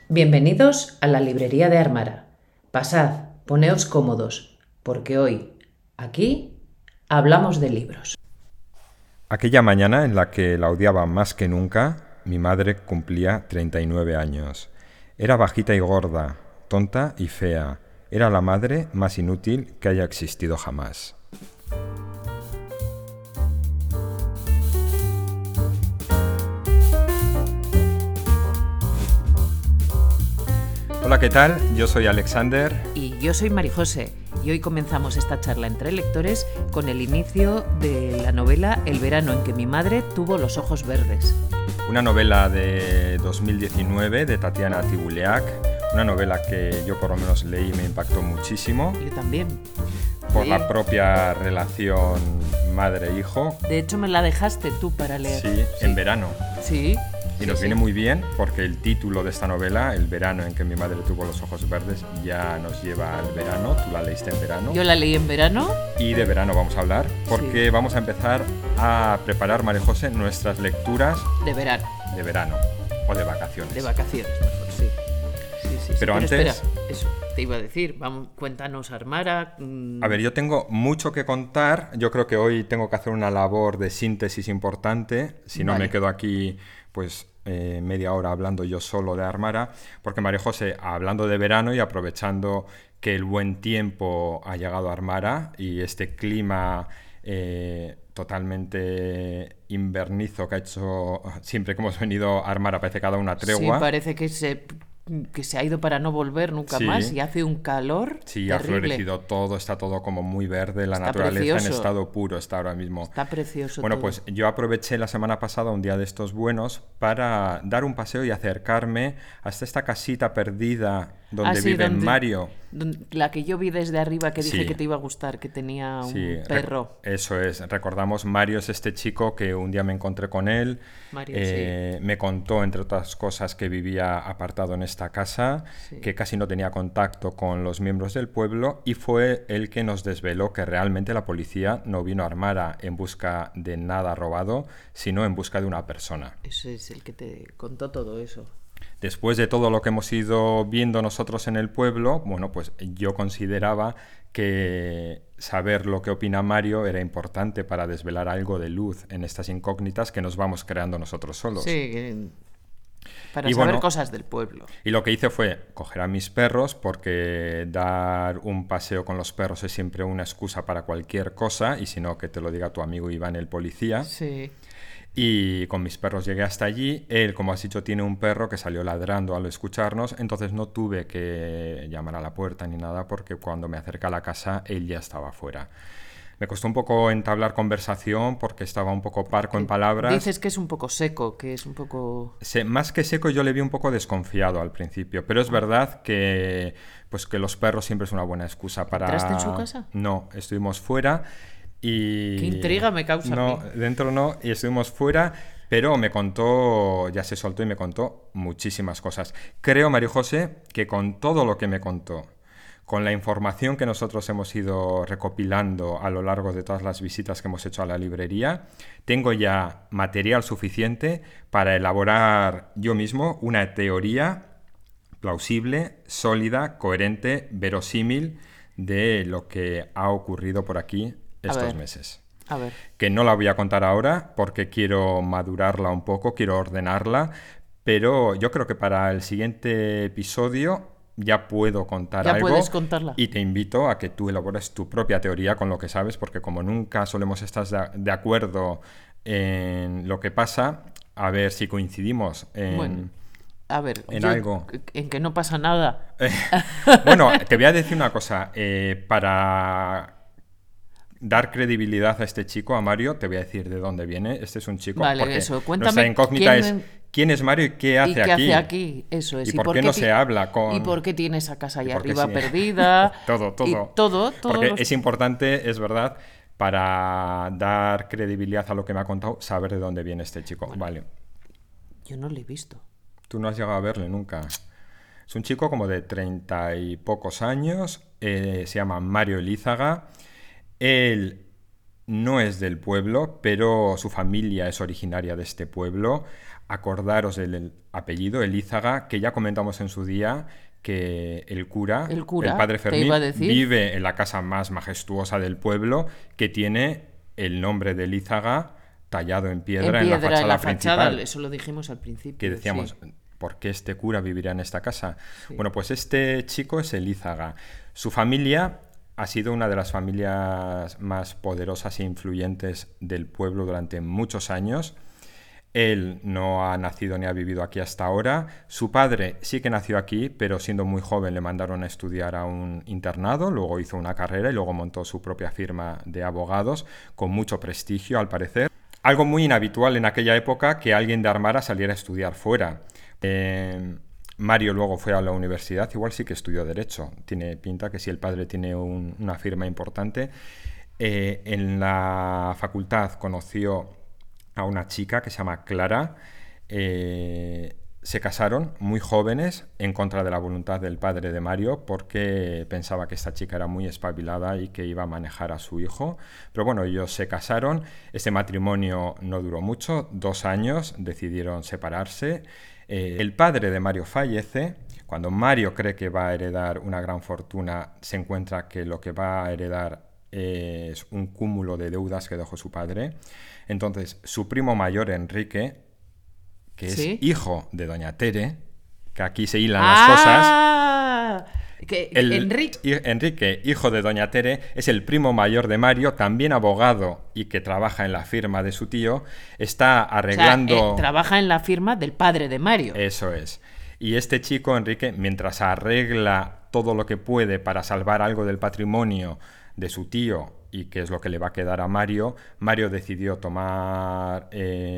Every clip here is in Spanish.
Bienvenidos a la librería de Armara. Pasad, poneos cómodos, porque hoy, aquí, hablamos de libros. Aquella mañana en la que la odiaba más que nunca, mi madre cumplía 39 años. Era bajita y gorda, tonta y fea. Era la madre más inútil que haya existido jamás. Hola, ¿qué tal? Yo soy Alexander. Y yo soy Marijose, y hoy comenzamos esta charla entre lectores con el inicio de la novela El verano en que mi madre tuvo los ojos verdes. Una novela de 2019 de Tatiana Tibuleac, una novela que yo por lo menos leí y me impactó muchísimo. Yo también. Por Sí. la propia relación madre-hijo. De hecho, me la dejaste tú para leer. Sí, en verano. Sí. Y nos viene muy bien porque el título de esta novela, El verano en que mi madre tuvo los ojos verdes, ya nos lleva al verano. Tú la leíste en verano. Yo la leí en verano. Y de verano vamos a hablar porque vamos a empezar a preparar, María José, nuestras lecturas De verano. de verano o de vacaciones. De vacaciones, mejor, sí. Sí. Pero antes- espera, eso te iba a decir. Vamos, cuéntanos, Armara. A ver, yo tengo mucho que contar. Yo creo que hoy tengo que hacer una labor de síntesis importante. Si no, Vale. me quedo aquí pues media hora hablando yo solo de Armara. Porque María José, hablando de verano y aprovechando que el buen tiempo ha llegado a Armara y este clima totalmente invernizo que ha hecho siempre que hemos venido a Armara, parece que ha dado una tregua. Sí, parece que se ha ido para no volver nunca Sí. más y hace un calor Sí, ha terrible. florecido todo, está todo como muy verde, la Está naturaleza precioso. en estado puro está ahora mismo. Está precioso Bueno, todo. pues yo aproveché la semana pasada, un día de estos buenos, para dar un paseo y acercarme hasta esta casita perdida donde sí, vive Mario. La que yo vi desde arriba que dije Sí. que te iba a gustar, que tenía un Sí, perro. eso es. Recordamos, Mario es este chico que un día me encontré con él. Mario, Me contó, entre otras cosas, que vivía apartado en esta casa, Sí. que casi no tenía contacto con los miembros del pueblo y fue el que nos desveló que realmente la policía no vino a Armara en busca de nada robado, sino en busca de una persona. Ese es el que te contó todo eso. Después de todo lo que hemos ido viendo nosotros en el pueblo, bueno, pues yo consideraba que saber lo que opina Mario era importante para desvelar algo de luz en estas incógnitas que nos vamos creando nosotros solos. Sí, para Y saber bueno, cosas del pueblo. Y lo que hice fue coger a mis perros, porque dar un paseo con los perros es siempre una excusa para cualquier cosa, y si no, que te lo diga tu amigo Iván, el policía. Sí. Y con mis perros llegué hasta allí. Él, como has dicho, tiene un perro que salió ladrando al escucharnos, entonces no tuve que llamar a la puerta ni nada, porque cuando me acerqué a la casa, él ya estaba fuera. Me costó un poco entablar conversación porque estaba un poco parco en palabras. Dices que es un poco seco, que es un poco... Más que seco, yo le vi un poco desconfiado al principio, pero es verdad que, pues, que los perros siempre es una buena excusa para... ¿Entraste en su casa? No, estuvimos fuera y... Qué intriga me causa a No, mí. dentro no, y estuvimos fuera, pero me contó, ya se soltó y me contó muchísimas cosas. Creo, María José, que con todo lo que me contó, con la información que nosotros hemos ido recopilando a lo largo de todas las visitas que hemos hecho a la librería, tengo ya material suficiente para elaborar yo mismo una teoría plausible, sólida, coherente, verosímil de lo que ha ocurrido por aquí estos meses. A ver. Que no la voy a contar ahora porque quiero madurarla un poco, quiero ordenarla, pero yo creo que para el siguiente episodio ya puedo contar Ya algo. puedes contarla. Y te invito a que tú elabores tu propia teoría con lo que sabes, porque como nunca solemos estar de acuerdo en lo que pasa, a ver si coincidimos en... Bueno, a ver, en algo. En que no pasa nada. Bueno, te voy a decir una cosa. Para dar credibilidad a este chico, a Mario, te voy a decir de dónde viene. Este es un chico. Vale, porque eso. Cuéntame nuestra incógnita quién- es ¿quién es Mario y qué hace ¿Y qué aquí? hace aquí? Eso es. ¿Y por qué no se habla con...? ¿Y por qué tiene esa casa allá ¿Y por qué arriba sí? perdida? Todo. Y todo. Porque es importante, es verdad, para dar credibilidad a lo que me ha contado, saber de dónde viene este chico. Bueno. Vale. Yo no lo he visto. Tú no has llegado a verle nunca. Es un chico como de 30 y pocos años. Se llama Mario Elízaga. Él no es del pueblo, pero su familia es originaria de este pueblo. Acordaros del apellido, Elízaga, que ya comentamos en su día que el cura, el padre Fermín, vive en la casa más majestuosa del pueblo, que tiene el nombre de Elízaga tallado en piedra en la fachada principal. Eso lo dijimos al principio. Que decíamos, ¿por qué este cura viviría en esta casa? Sí. Bueno, pues este chico es Elízaga. Su familia ha sido una de las familias más poderosas e influyentes del pueblo durante muchos años. Él no ha nacido ni ha vivido aquí hasta ahora. Su padre sí que nació aquí, pero siendo muy joven le mandaron a estudiar a un internado, luego hizo una carrera y luego montó su propia firma de abogados, con mucho prestigio al parecer. Algo muy inhabitual en aquella época que alguien de Armara saliera a estudiar fuera. Mario luego fue a la universidad, igual sí que estudió Derecho. Tiene pinta que si el padre tiene una firma importante. En la facultad conoció a una chica que se llama Clara. Se casaron muy jóvenes en contra de la voluntad del padre de Mario, porque pensaba que esta chica era muy espabilada y que iba a manejar a su hijo. Pero bueno, ellos se casaron. Este matrimonio no duró mucho, 2 años, decidieron separarse. El padre de Mario fallece. Cuando Mario cree que va a heredar una gran fortuna, se encuentra que lo que va a heredar es un cúmulo de deudas que dejó su padre. Entonces, su primo mayor, Enrique, que es hijo de doña Tere, que aquí se hilan las cosas. Enrique, hijo de doña Tere, es el primo mayor de Mario, también abogado y que trabaja en la firma de su tío. Está arreglando... trabaja en la firma del padre de Mario. Eso es. Y este chico, Enrique, mientras arregla todo lo que puede para salvar algo del patrimonio de su tío y que es lo que le va a quedar a Mario, Mario decidió tomarse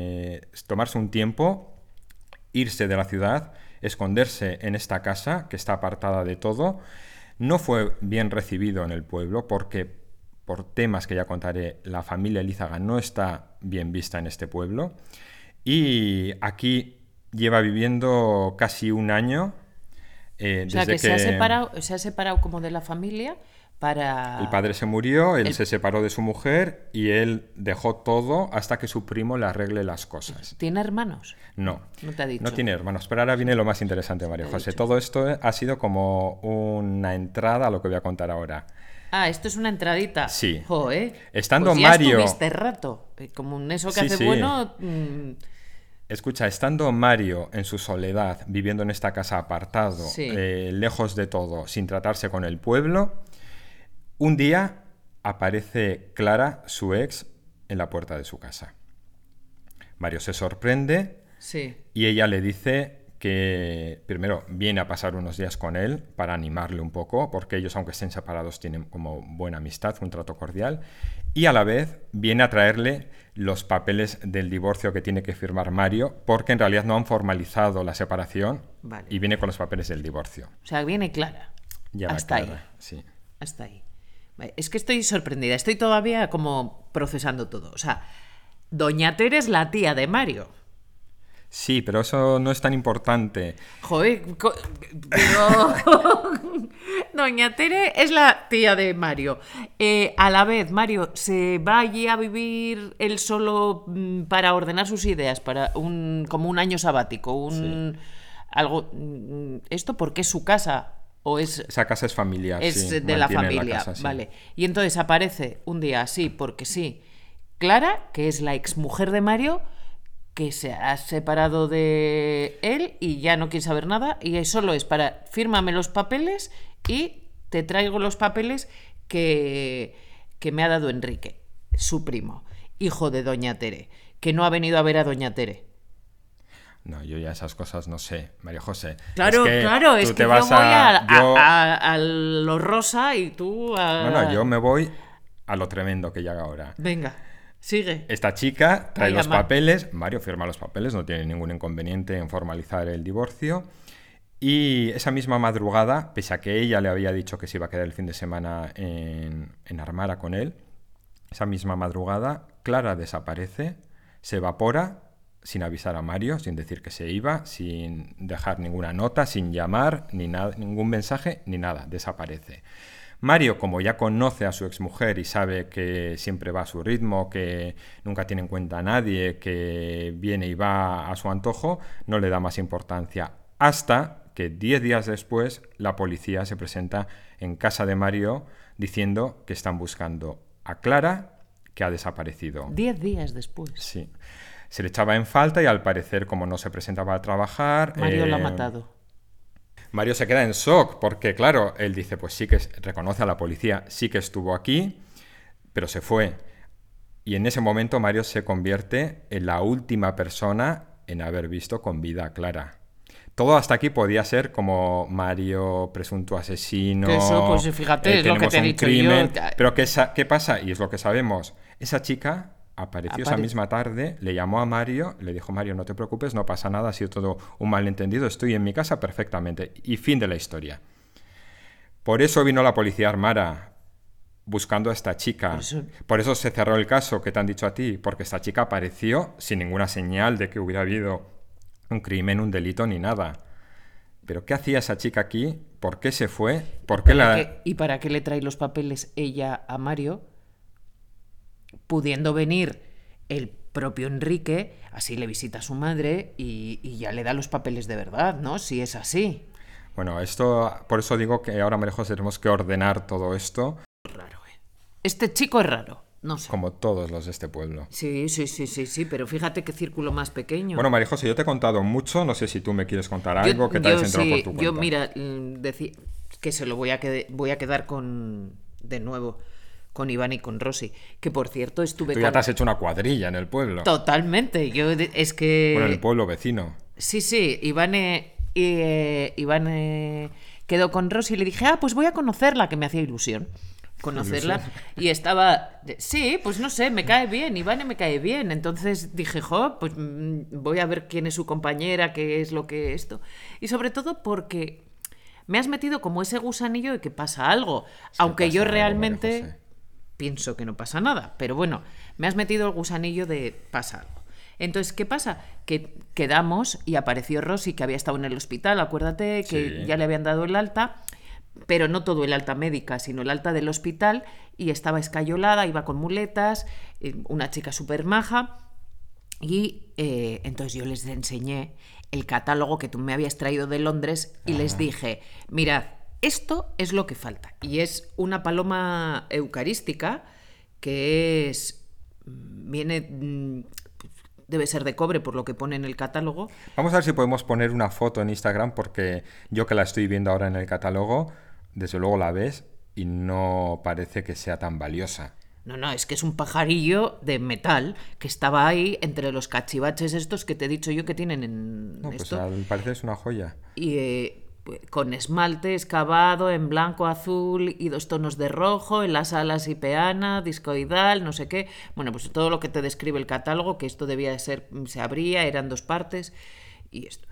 un tiempo, irse de la ciudad, esconderse en esta casa que está apartada de todo. No fue bien recibido en el pueblo porque, por temas que ya contaré, la familia Elízaga no está bien vista en este pueblo. Y aquí lleva viviendo casi 1 año. O sea, que se ha separado como de la familia. El padre se murió, él se separó de su mujer y él dejó todo hasta que su primo le arregle las cosas. ¿Tiene hermanos? No. No te ha dicho. No tiene hermanos, pero ahora viene lo más interesante, María José. Todo esto ha sido como una entrada a lo que voy a contar ahora. Ah, esto es una entradita. Sí. Estando pues ya Mario... estuviste rato. Como un eso que hace bueno... Escucha, estando Mario en su soledad, viviendo en esta casa apartado, lejos de todo, sin tratarse con el pueblo... Un día aparece Clara, su ex, en la puerta de su casa. Mario se sorprende y ella le dice que primero viene a pasar unos días con él para animarle un poco, porque ellos, aunque estén separados, tienen como buena amistad, un trato cordial, y a la vez viene a traerle los papeles del divorcio que tiene que firmar Mario, porque en realidad no han formalizado la separación y viene con los papeles del divorcio. O sea, viene Clara. Hasta ahí. Sí. Hasta ahí. Es que estoy sorprendida, estoy todavía como procesando todo. O sea, doña Tere es la tía de Mario. Sí, pero eso no es tan importante. Joder, pero... Doña Tere es la tía de Mario. A la vez, Mario se va allí a vivir él solo para ordenar sus ideas, para como un año sabático, algo. ¿Esto porque es su casa? Esa casa es familiar, es de la familia, casa, sí. Vale. Y entonces aparece un día así, porque sí, Clara, que es la exmujer de Mario, que se ha separado de él y ya no quiere saber nada, y solo es para fírmame los papeles y te traigo los papeles que me ha dado Enrique, su primo, hijo de doña Tere, que no ha venido a ver a doña Tere. No, yo ya esas cosas no sé, María José. Claro, es que yo voy a lo rosa y tú a... No, yo me voy a lo tremendo que llega ahora. Venga, sigue. Esta chica trae los papeles, Mario firma los papeles, no tiene ningún inconveniente en formalizar el divorcio. Y esa misma madrugada, pese a que ella le había dicho que se iba a quedar el fin de semana en Armara con él, esa misma madrugada, Clara desaparece, se evapora, sin avisar a Mario, sin decir que se iba, sin dejar ninguna nota, sin llamar, ni nada, ningún mensaje, ni nada, desaparece. Mario, como ya conoce a su exmujer y sabe que siempre va a su ritmo, que nunca tiene en cuenta a nadie, que viene y va a su antojo, no le da más importancia. Hasta que 10 días después la policía se presenta en casa de Mario diciendo que están buscando a Clara, que ha desaparecido. 10 días después. Sí. Se le echaba en falta y al parecer, como no se presentaba a trabajar... Mario la ha matado. Mario se queda en shock porque, claro, él dice, pues sí que reconoce a la policía, sí que estuvo aquí, pero se fue. Y en ese momento Mario se convierte en la última persona en haber visto con vida a Clara. Todo hasta aquí podía ser como Mario, presunto asesino... Que eso, pues fíjate, es lo que te he dicho crimen, yo. Pero ¿qué pasa? Y es lo que sabemos. Esa chica... apareció esa misma tarde, le llamó a Mario, le dijo, Mario, no te preocupes, no pasa nada, ha sido todo un malentendido, estoy en mi casa perfectamente. Y fin de la historia. Por eso vino la policía armada buscando a esta chica. Por eso se cerró el caso que te han dicho a ti, porque esta chica apareció sin ninguna señal de que hubiera habido un crimen, un delito ni nada. ¿Pero qué hacía esa chica aquí? ¿Por qué se fue? ¿Por qué ¿Y para qué le trae los papeles ella a Mario? Pudiendo venir el propio Enrique, así le visita a su madre y ya le da los papeles de verdad, ¿no? Si es así. Bueno, por eso digo que ahora, María José, tenemos que ordenar todo esto. Raro, ¿eh? Este chico es raro, no sé. Como todos los de este pueblo. Sí, pero fíjate qué círculo más pequeño. Bueno, María José, yo te he contado mucho, no sé si tú me quieres contar algo que te hayas entrado por tu cuenta. Yo, mira, decía que se lo voy a quedar con, de nuevo, con Iván y con Rosy, que por cierto estuve... Tú ya te has hecho una cuadrilla en el pueblo. Totalmente, es que... Bueno, en el pueblo vecino. Sí, Iván quedó con Rosy y le dije, pues voy a conocerla, que me hacía ilusión conocerla, y estaba... Sí, pues no sé, me cae bien, Iván me cae bien, entonces dije, pues voy a ver quién es su compañera, qué es lo que esto, y sobre todo porque me has metido como ese gusanillo de que pasa algo, aunque yo realmente... pienso que no pasa nada, pero bueno, me has metido el gusanillo de pasa algo. Entonces, ¿qué pasa? Que quedamos y apareció Rosy, que había estado en el hospital, acuérdate que ya le habían dado el alta, pero no todo el alta médica, sino el alta del hospital, y estaba escayolada, iba con muletas, una chica súper maja, y entonces yo les enseñé el catálogo que tú me habías traído de Londres y les dije, mirad, esto es lo que falta. Y es una paloma eucarística que debe ser de cobre por lo que pone en el catálogo. Vamos a ver si podemos poner una foto en Instagram, porque yo que la estoy viendo ahora en el catálogo, desde luego la ves y no parece que sea tan valiosa. No, es que es un pajarillo de metal que estaba ahí entre los cachivaches estos que te he dicho yo que tienen en esto. Pues al parecer es una joya. Y con esmalte excavado en blanco, azul y 2 tonos de rojo, en las alas y peana, discoidal, no sé qué. Bueno, pues todo lo que te describe el catálogo, que esto debía de ser, se abría, eran 2 partes y esto.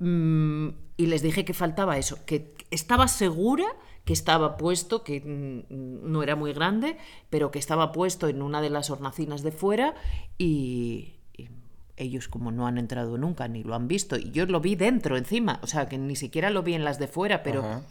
Y les dije que faltaba eso, que estaba segura que estaba puesto, que no era muy grande, pero que estaba puesto en una de las hornacinas de fuera y ellos como no han entrado nunca ni lo han visto, y yo lo vi dentro encima, o sea que ni siquiera lo vi en las de fuera, pero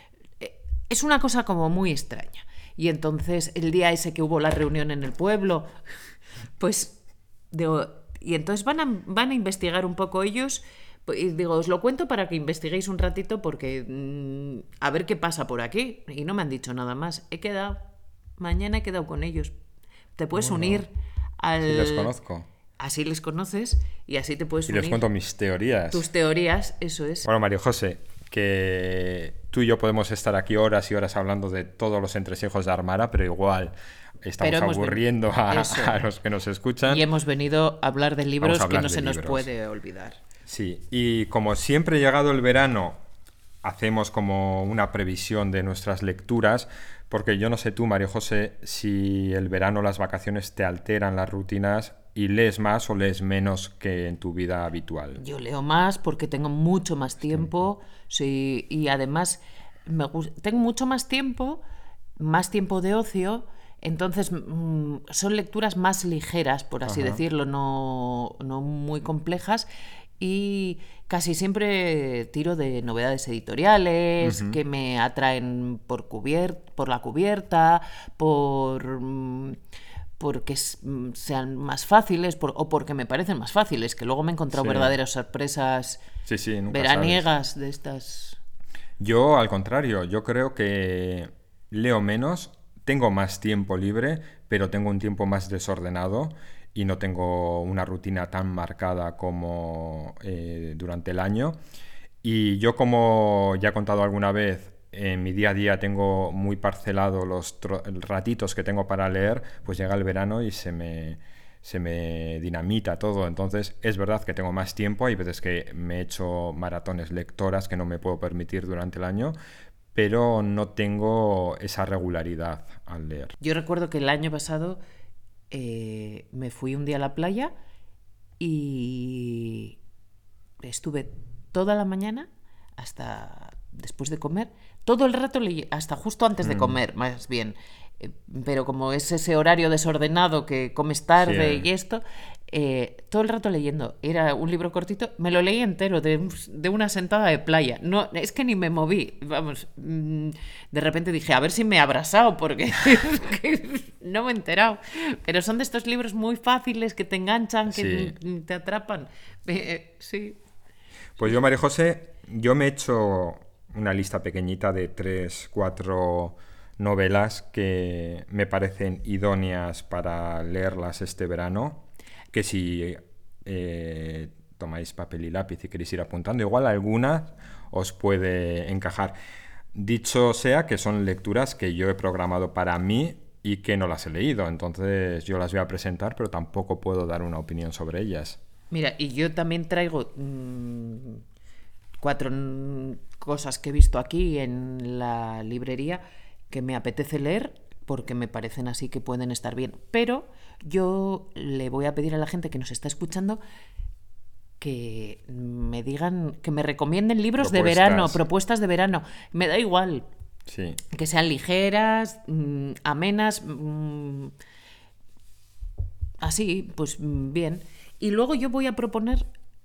es una cosa como muy extraña. Y entonces el día ese que hubo la reunión en el pueblo, pues y entonces van a investigar un poco ellos. Y digo, os lo cuento para que investiguéis un ratito porque a ver qué pasa por aquí. Y no me han dicho nada más. Mañana he quedado con ellos. Te puedes unir al... Sí, les conozco. Así les conoces y así te puedes unir. Y les cuento mis teorías. Tus teorías, eso es. Bueno, María José, que tú y yo podemos estar aquí horas y horas hablando de todos los entresijos de Armara, pero igual estamos aburriendo a los que nos escuchan. Y hemos venido a hablar de libros que no se nos puede olvidar. Sí, y como siempre llegado el verano, hacemos como una previsión de nuestras lecturas, porque yo no sé tú, María José, si el verano, las vacaciones te alteran las rutinas y lees más o lees menos que en tu vida habitual. Yo leo más porque tengo mucho más tiempo, sí, y además tengo mucho más tiempo de ocio. Entonces son lecturas más ligeras, por así decirlo, no muy complejas, y casi siempre tiro de novedades editoriales que me atraen por la cubierta, porque sean más fáciles o porque me parecen más fáciles, que luego me he encontrado Sí. verdaderas sorpresas Sí, nunca veraniegas sabes. de estas. Yo, al contrario, yo creo que leo menos, tengo más tiempo libre, pero tengo un tiempo más desordenado y no tengo una rutina tan marcada como durante el año. Y yo, como ya he contado alguna vez, en mi día a día tengo muy parcelado los ratitos que tengo para leer, pues llega el verano y se me dinamita todo. Entonces, es verdad que tengo más tiempo. Hay veces que me he hecho maratones lectoras que no me puedo permitir durante el año, pero no tengo esa regularidad al leer. Yo recuerdo que el año pasado me fui un día a la playa y estuve toda la mañana hasta después de comer, todo el rato hasta justo antes de comer, más bien. Pero como es ese horario desordenado que comes tarde Sí. y esto, todo el rato leyendo. Era un libro cortito, me lo leí entero de una sentada de playa. No, es que ni me moví. Vamos, de repente dije, a ver si me he abrasado, porque es que no me he enterado. Pero son de estos libros muy fáciles que te enganchan, que Sí. te atrapan. Sí. Pues yo, María José, yo me he hecho una lista pequeñita de 3, 4 novelas que me parecen idóneas para leerlas este verano, que si tomáis papel y lápiz y queréis ir apuntando, igual alguna os puede encajar. Dicho sea que son lecturas que yo he programado para mí y que no las he leído, entonces yo las voy a presentar, pero tampoco puedo dar una opinión sobre ellas. Mira, y yo también traigo 4 cosas que he visto aquí en la librería que me apetece leer porque me parecen así que pueden estar bien. Pero yo le voy a pedir a la gente que nos está escuchando que me digan, que me recomienden libros de verano, propuestas de verano. Me da igual Sí. que sean ligeras, amenas, así, pues bien. Y luego yo voy a proponer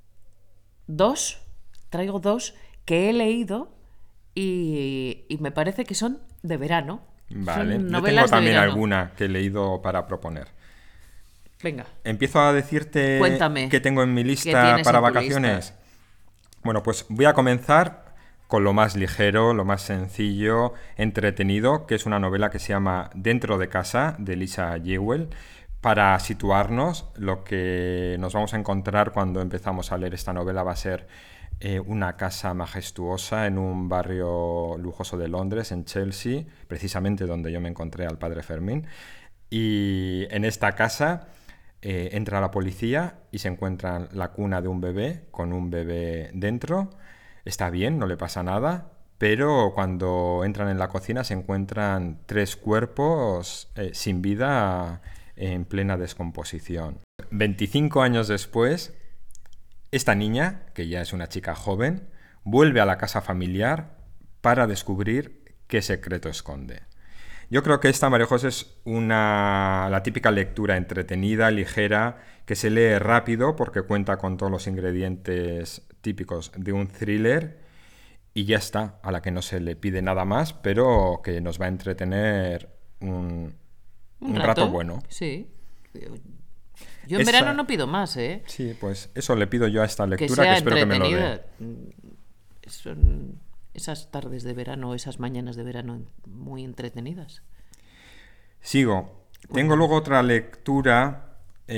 traigo dos que he leído y me parece que son de verano. Vale, Son yo tengo novelas de también verano. alguna que he leído para proponer. Venga, Empiezo a decirte cuéntame qué tengo en mi qué lista tienes para en tu vacaciones. lista. Bueno, pues voy a comenzar con lo más ligero, lo más sencillo, entretenido, que es una novela que se llama Dentro de casa, de Lisa Jewell. Para situarnos, lo que nos vamos a encontrar cuando empezamos a leer esta novela va a ser una casa majestuosa en un barrio lujoso de Londres, en Chelsea, precisamente donde yo me encontré al padre Fermín. Y en esta casa entra la policía y se encuentran la cuna de un bebé con un bebé dentro. Está bien, no le pasa nada, pero cuando entran en la cocina se encuentran 3 cuerpos sin vida en plena descomposición. 25 años después, esta niña, que ya es una chica joven, vuelve a la casa familiar para descubrir qué secreto esconde. Yo creo que esta, María José, es la típica lectura entretenida, ligera, que se lee rápido porque cuenta con todos los ingredientes típicos de un thriller y ya está, a la que no se le pide nada más, pero que nos va a entretener un rato bueno. Sí. Yo en verano no pido más, ¿eh? Sí, pues eso le pido yo a esta Que lectura, que sea espero que me lo dé. entretenida. Son esas tardes de verano, esas mañanas de verano muy entretenidas. Sigo. Tengo luego otra lectura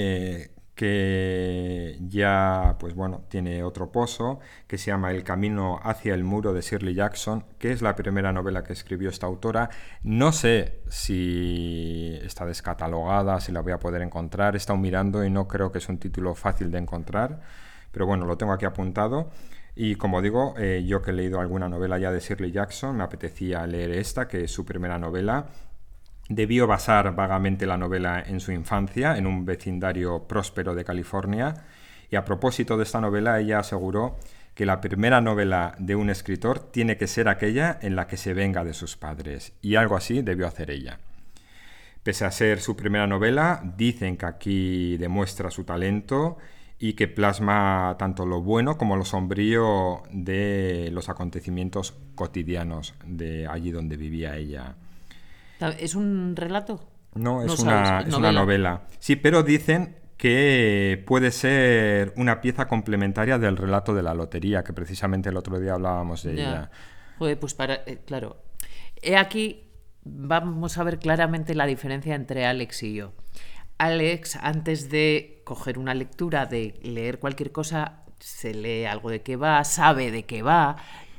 que ya, pues bueno, tiene otro pozo, que se llama El camino hacia el muro de Shirley Jackson, que es la primera novela que escribió esta autora. No sé si está descatalogada, si la voy a poder encontrar. He estado mirando y no creo que es un título fácil de encontrar, pero bueno, lo tengo aquí apuntado. Y como digo, yo que he leído alguna novela ya de Shirley Jackson, me apetecía leer esta, que es su primera novela. Debió basar vagamente la novela en su infancia, en un vecindario próspero de California, y a propósito de esta novela ella aseguró que la primera novela de un escritor tiene que ser aquella en la que se venga de sus padres, y algo así debió hacer ella. Pese a ser su primera novela, dicen que aquí demuestra su talento y que plasma tanto lo bueno como lo sombrío de los acontecimientos cotidianos de allí donde vivía ella. ¿Es un relato? No, No es sabes, una novela. Sí, pero dicen que puede ser una pieza complementaria del relato de la lotería, que precisamente el otro día hablábamos de ella. Joder, pues claro. He aquí, vamos a ver claramente la diferencia entre Alex y yo. Alex, antes de coger una lectura, de leer cualquier cosa, se lee algo de qué va, sabe de qué va,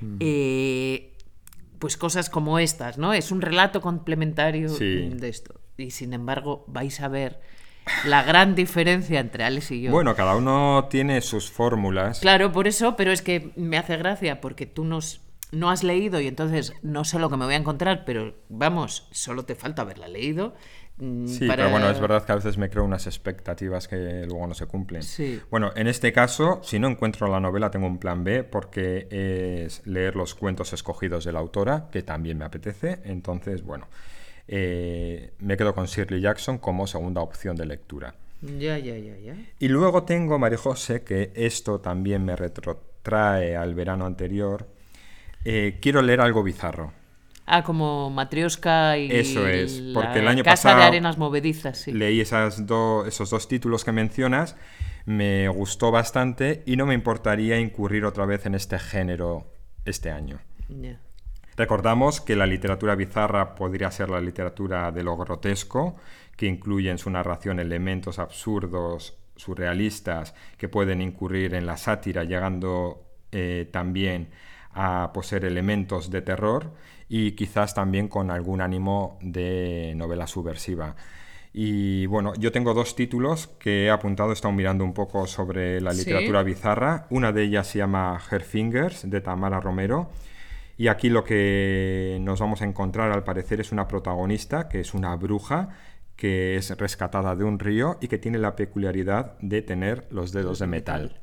pues cosas como estas, ¿no? Es un relato complementario de esto. Y sin embargo, vais a ver la gran diferencia entre Alex y yo. Bueno, cada uno tiene sus fórmulas. Claro, por eso, pero es que me hace gracia porque tú no has leído y entonces no sé lo que me voy a encontrar, pero vamos, solo te falta haberla leído. Sí, pero bueno, es verdad que a veces me creo unas expectativas que luego no se cumplen. Sí. Bueno, en este caso, si no encuentro la novela, tengo un plan B, porque es leer los cuentos escogidos de la autora, que también me apetece. Entonces, bueno, me quedo con Shirley Jackson como segunda opción de lectura. Ya. Y luego tengo, María José, que esto también me retrotrae al verano anterior. Quiero leer algo bizarro. Como Matrioska y eso es, porque el año Casa pasado de Arenas Movedizas, sí. Leí esos dos títulos que mencionas, me gustó bastante y no me importaría incurrir otra vez en este género este año. Yeah. Recordamos que la literatura bizarra podría ser la literatura de lo grotesco, que incluye en su narración elementos absurdos, surrealistas, que pueden incurrir en la sátira, llegando también a poseer elementos de terror y quizás también con algún ánimo de novela subversiva. Y bueno, yo tengo dos títulos que he apuntado, he estado mirando un poco sobre la literatura bizarra. Una de ellas se llama Her Fingers, de Tamara Romero. Y aquí lo que nos vamos a encontrar, al parecer, es una protagonista, que es una bruja, que es rescatada de un río y que tiene la peculiaridad de tener los dedos de metal.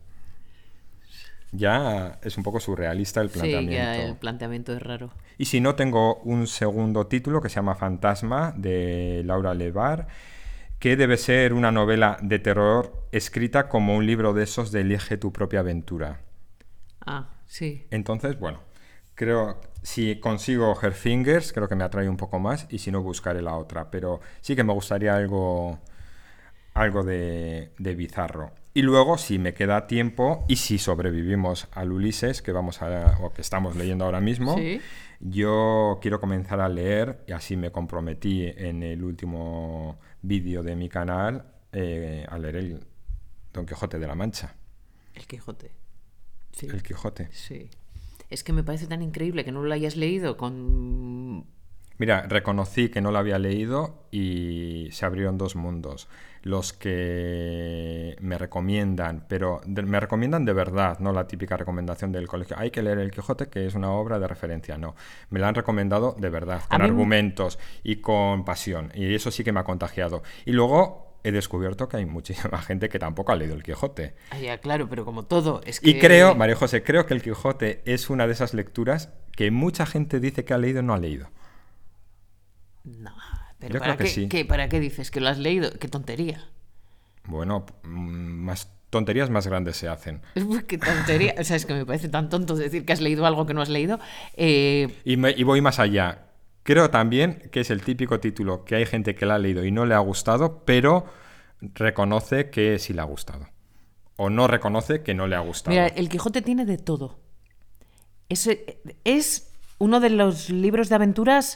Ya es un poco surrealista el planteamiento. Sí, ya el planteamiento es raro. Y si no, tengo un segundo título que se llama Fantasma, de Laura Levar, que debe ser una novela de terror escrita como un libro de esos de Elige tu propia aventura. Sí. Entonces, bueno, creo, si consigo Her Fingers, creo que me atrae un poco más, y si no, buscaré la otra. Pero sí que me gustaría algo de bizarro. Y luego, si me queda tiempo y si sobrevivimos al Ulises, que estamos leyendo ahora mismo, ¿sí? Yo quiero comenzar a leer, y así me comprometí en el último vídeo de mi canal, a leer el Don Quijote de la Mancha. El Quijote. Sí. El Quijote. Sí. Es que me parece tan increíble que no lo hayas leído con... Mira, reconocí que no lo había leído y se abrieron dos mundos. Los que me recomiendan, pero me recomiendan de verdad, no la típica recomendación del colegio. Hay que leer El Quijote, que es una obra de referencia. No, me la han recomendado de verdad, con argumentos y con pasión. Y eso sí que me ha contagiado. Y luego he descubierto que hay muchísima gente que tampoco ha leído El Quijote. Ya, claro, pero como todo, es que... Y creo, María José, creo que El Quijote es una de esas lecturas que mucha gente dice que ha leído y no ha leído. No, pero yo creo que sí. ¿Para qué dices que lo has leído? ¡Qué tontería! Bueno, más tonterías más grandes se hacen. ¡Qué tontería! O sea, es que me parece tan tonto decir que has leído algo que no has leído. Y voy más allá. Creo también que es el típico título que hay gente que la ha leído y no le ha gustado, pero reconoce que sí le ha gustado. O no reconoce que no le ha gustado. Mira, El Quijote tiene de todo. Es uno de los libros de aventuras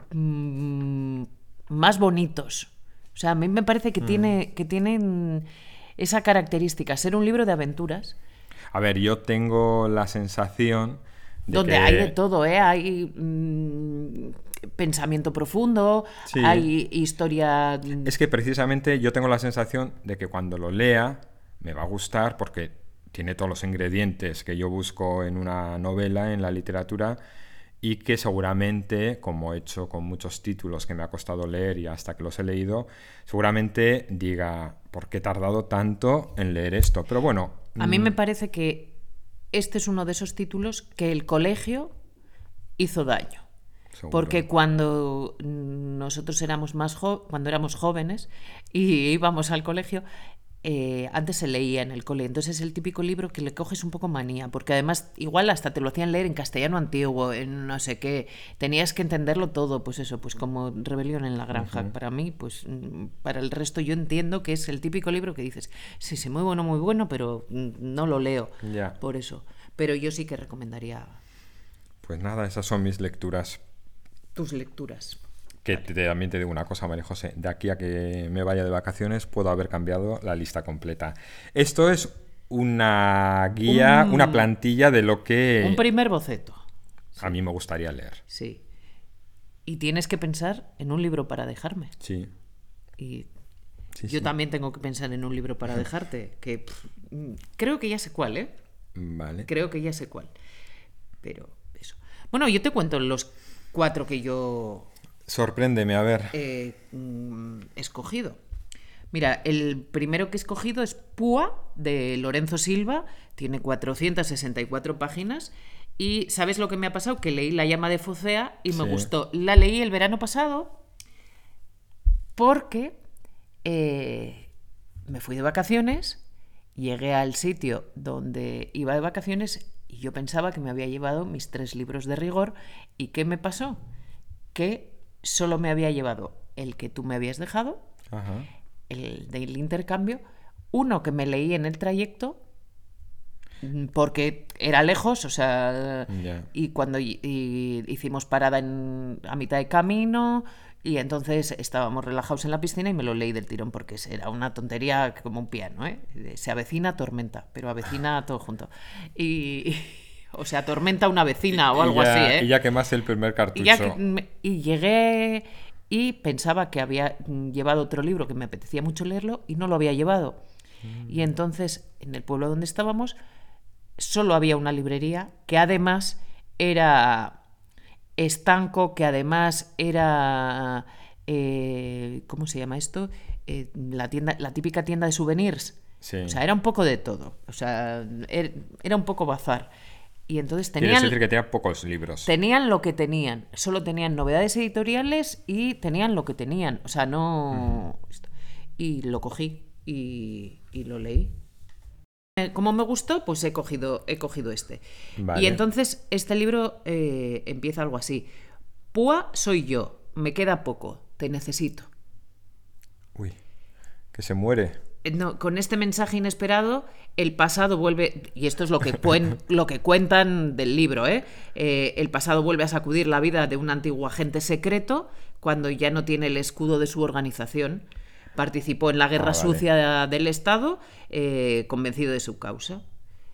más bonitos. O sea, a mí me parece que tienen esa característica, ser un libro de aventuras. A ver, yo tengo la sensación de donde que... hay de todo, ¿eh? Hay pensamiento profundo, sí. Hay historia... Es que precisamente yo tengo la sensación de que cuando lo lea me va a gustar porque tiene todos los ingredientes que yo busco en una novela, en la literatura, y que seguramente, como he hecho con muchos títulos que me ha costado leer y hasta que los he leído, seguramente diga, ¿por qué he tardado tanto en leer esto? Pero bueno... A mí me parece que este es uno de esos títulos que el colegio hizo daño. Seguro. Porque cuando nosotros éramos cuando éramos jóvenes y íbamos al colegio, antes se leía en el cole, entonces es el típico libro que le coges un poco manía, porque además igual hasta te lo hacían leer en castellano antiguo, en no sé qué, tenías que entenderlo todo, pues eso, pues como Rebelión en la Granja. Para mí, pues para el resto yo entiendo que es el típico libro que dices, sí, sí, muy bueno, pero no lo leo, Ya. por eso. Pero yo sí que recomendaría Pues nada, esas son mis lecturas. tus lecturas. Que también te digo una cosa, María José. De aquí a que me vaya de vacaciones puedo haber cambiado la lista completa. Esto es una guía, una plantilla de lo que Un primer boceto, a mí me gustaría leer. sí. Y tienes que pensar en un libro para dejarme. Sí. Y Sí, yo sí. también tengo que pensar en un libro para dejarte, que creo que ya sé cuál, ¿eh? Vale. Creo que ya sé cuál. Pero eso. Bueno, yo te cuento los 4 que yo Sorpréndeme, a ver. he escogido. Mira, el primero que he escogido es Púa, de Lorenzo Silva. Tiene 464 páginas. Y ¿sabes lo que me ha pasado? Que leí La llama de Focea y me Sí. gustó. La leí el verano pasado porque me fui de vacaciones, llegué al sitio donde iba de vacaciones y yo pensaba que me había llevado mis 3 libros de rigor. ¿Y qué me pasó? Que solo me había llevado el que tú me habías dejado, Ajá. el del intercambio, uno que me leí en el trayecto porque era lejos, o sea, Ya. y cuando hicimos parada a mitad de camino y entonces estábamos relajados en la piscina y me lo leí del tirón porque era una tontería como un piano, ¿eh? Se avecina tormenta, pero avecina todo junto. O sea, tormenta una vecina o algo Y ya, así, ¿eh? Y ya quemaste el primer cartucho. Y llegué y pensaba que había llevado otro libro que me apetecía mucho leerlo y no lo había llevado. Y entonces, en el pueblo donde estábamos, solo había una librería que además era estanco, que además era... ¿cómo se llama esto? La típica tienda de souvenirs. Sí. O sea, era un poco de todo. O sea, era un poco bazar. Y entonces Quieres decir que tenía pocos libros. tenían lo que tenían. Solo tenían novedades editoriales y tenían lo que tenían. O sea, no... Y lo cogí y lo leí. Como me gustó, pues he cogido este. Vale. Y entonces este libro empieza algo así. Púa soy yo, me queda poco, te necesito. Uy, que se muere. No, con este mensaje inesperado, el pasado vuelve, y esto es lo que, lo que cuentan del libro, el pasado vuelve a sacudir la vida de un antiguo agente secreto cuando ya no tiene el escudo de su organización. Participó en la guerra sucia del Estado, convencido de su causa.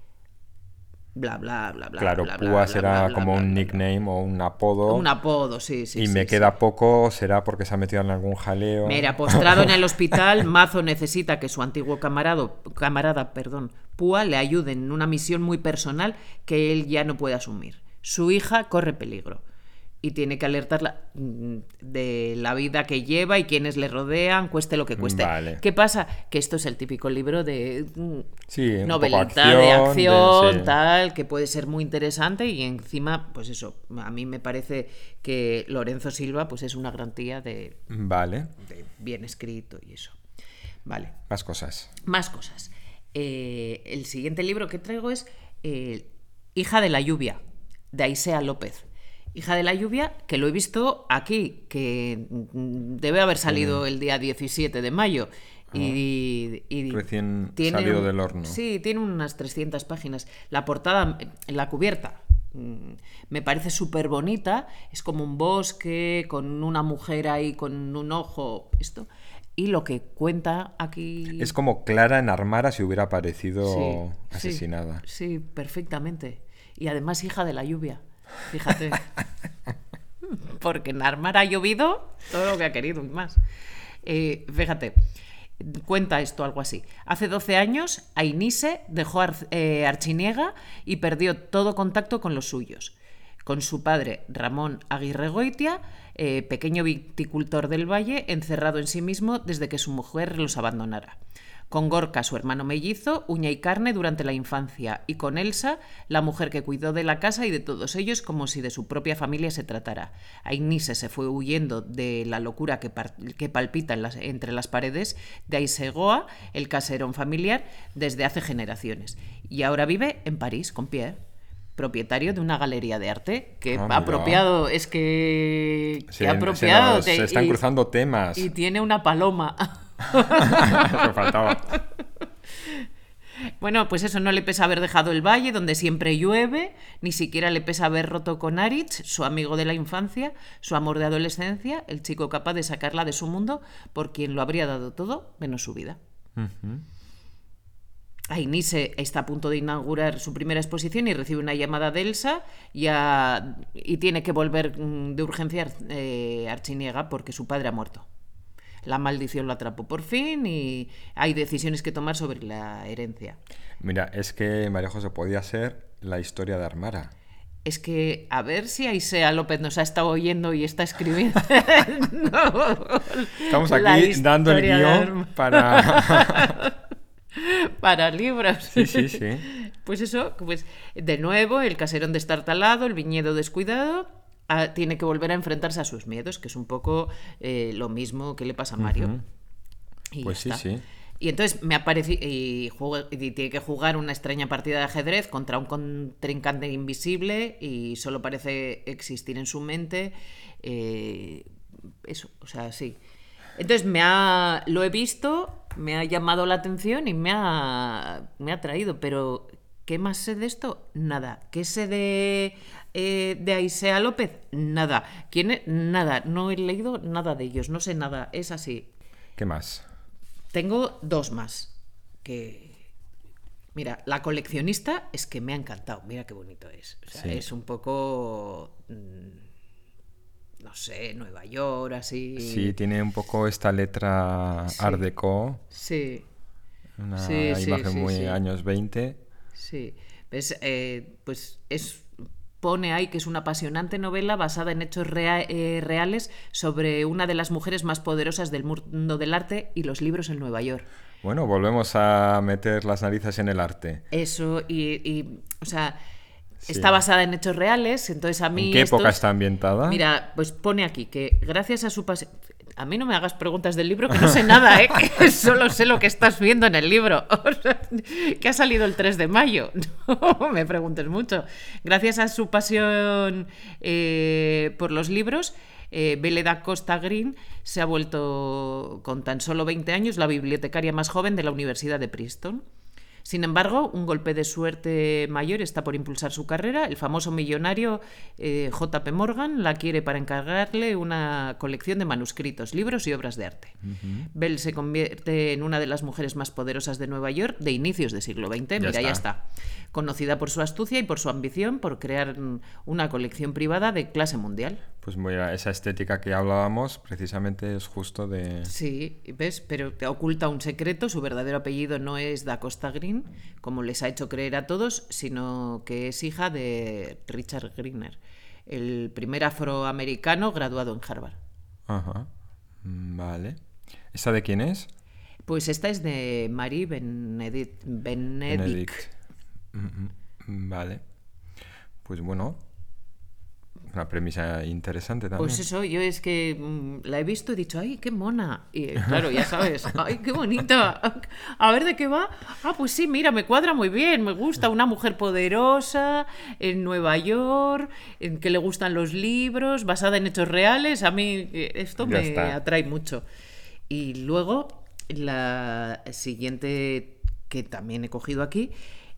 Bla, bla, bla, bla. Claro, bla, Púa bla, será bla, como bla, un bla, nickname o un apodo. un apodo, sí, sí. Y sí, me sí. queda poco, será porque se ha metido en algún jaleo. Mira, postrado en el hospital, Mazo necesita que su antiguo camarada, Púa, le ayude en una misión muy personal que él ya no puede asumir. Su hija corre peligro y tiene que alertarla de la vida que lleva y quienes le rodean, cueste lo que cueste. Vale. ¿Qué pasa? Que esto es el típico libro de Sí, un novelita poco de acción, sí. tal, que puede ser muy interesante y encima, pues eso, a mí me parece que Lorenzo Silva pues es una garantía de Vale, bien escrito y eso. Vale, más cosas. más cosas. El siguiente libro que traigo es Hija de la lluvia, de Aisea López. Hija de la lluvia, que lo he visto aquí, que debe haber salido el día 17 de mayo. Y Recién salido del horno. Sí, tiene unas 300 páginas. La portada, la cubierta, me parece súper bonita. Es como un bosque con una mujer ahí con un ojo. Esto. Y lo que cuenta aquí... Es como Clara en Armara si hubiera aparecido Sí, asesinada. Sí, perfectamente. Y además hija de la lluvia. Fíjate. Porque en Armar ha llovido todo lo que ha querido y más. Fíjate, cuenta esto algo así. Hace 12 años, Ainise dejó Archiniega y perdió todo contacto con los suyos. Con su padre, Ramón Aguirregoitia, pequeño viticultor del valle, encerrado en sí mismo desde que su mujer los abandonara. Con Gorka, su hermano mellizo, uña y carne durante la infancia, y con Elsa, la mujer que cuidó de la casa y de todos ellos como si de su propia familia se tratara. Ainise se fue huyendo de la locura que palpita entre las paredes de Aisegoa, el caserón familiar, desde hace generaciones. Y ahora vive en París con Pierre, propietario de una galería de arte, que apropiado, es que apropiado. Se están cruzando temas. Y tiene una paloma. Eso faltaba. Bueno, pues eso, no le pesa haber dejado el valle donde siempre llueve, ni siquiera le pesa haber roto con Aritz, su amigo de la infancia, su amor de adolescencia, el chico capaz de sacarla de su mundo por quien lo habría dado todo menos su vida. Ainise está a punto de inaugurar su primera exposición y recibe una llamada de Elsa y tiene que volver de urgencia a Archiniega porque su padre ha muerto. La maldición lo atrapó por fin y hay decisiones que tomar sobre la herencia. Mira, es que María José podía ser la historia de Armara. Es que, a ver si Aisea López nos ha estado oyendo y está escribiendo. Estamos aquí dando el guión para libros. Sí. Pues eso, pues de nuevo, el caserón destartalado, el viñedo descuidado, tiene que volver a enfrentarse a sus miedos, que es un poco lo mismo que le pasa a Mario. Y pues sí. Y entonces me aparece y tiene que jugar una extraña partida de ajedrez contra un contrincante invisible y solo parece existir en su mente. Eso, o sea, sí. Entonces lo he visto, me ha llamado la atención y me ha atraído, pero ¿qué más sé de esto? Nada. ¿Qué sé de Aisea López? Nada. ¿Quién es? Nada. No he leído nada de ellos, no sé nada. Es así. ¿Qué más? Tengo dos más. Mira, La coleccionista es que me ha encantado. Mira qué bonito es. O sea, es un poco... no sé, Nueva York, así... Sí, tiene un poco esta letra Art Deco. Sí. Una imagen muy años 20. Sí. Pues pone ahí que es una apasionante novela basada en hechos reales sobre una de las mujeres más poderosas del mundo del arte y los libros en Nueva York. Bueno, volvemos a meter las narices en el arte. Eso, o sea... Sí. Está basada en hechos reales, entonces a mí... ¿En qué época está ambientada? Mira, pues pone aquí que gracias a su pasión... A mí no me hagas preguntas del libro, que no sé nada, ¿eh? Que solo sé lo que estás viendo en el libro. O sea, que ha salido el 3 de mayo. No me preguntes mucho. Gracias a su pasión por los libros, Beleda Costa Green se ha vuelto, con tan solo 20 años, la bibliotecaria más joven de la Universidad de Princeton. Sin embargo, un golpe de suerte mayor está por impulsar su carrera. El famoso millonario J.P. Morgan la quiere para encargarle una colección de manuscritos, libros y obras de arte. Bell se convierte en una de las mujeres más poderosas de Nueva York de inicios del siglo XX. Ya está. Conocida por su astucia y por su ambición por crear una colección privada de clase mundial. Pues mira, esa estética que hablábamos precisamente es justo de... Sí, ¿ves? Pero te oculta un secreto. Su verdadero apellido no es Da Costa Green, como les ha hecho creer a todos, sino que es hija de Richard Greener, el primer afroamericano graduado en Harvard. Ajá, vale. ¿Esta de quién es? Pues esta es de Marie Benedict. Vale. Pues bueno, una premisa interesante también. Pues eso, yo es que la he visto y he dicho, ¡ay, qué mona! Y claro, ya sabes, ¡ay, qué bonita! A ver de qué va. Ah, pues sí, mira, me cuadra muy bien, me gusta una mujer poderosa en Nueva York, en que le gustan los libros, basada en hechos reales. A mí esto Ya me está. atrae mucho. Y luego, la siguiente que también he cogido aquí,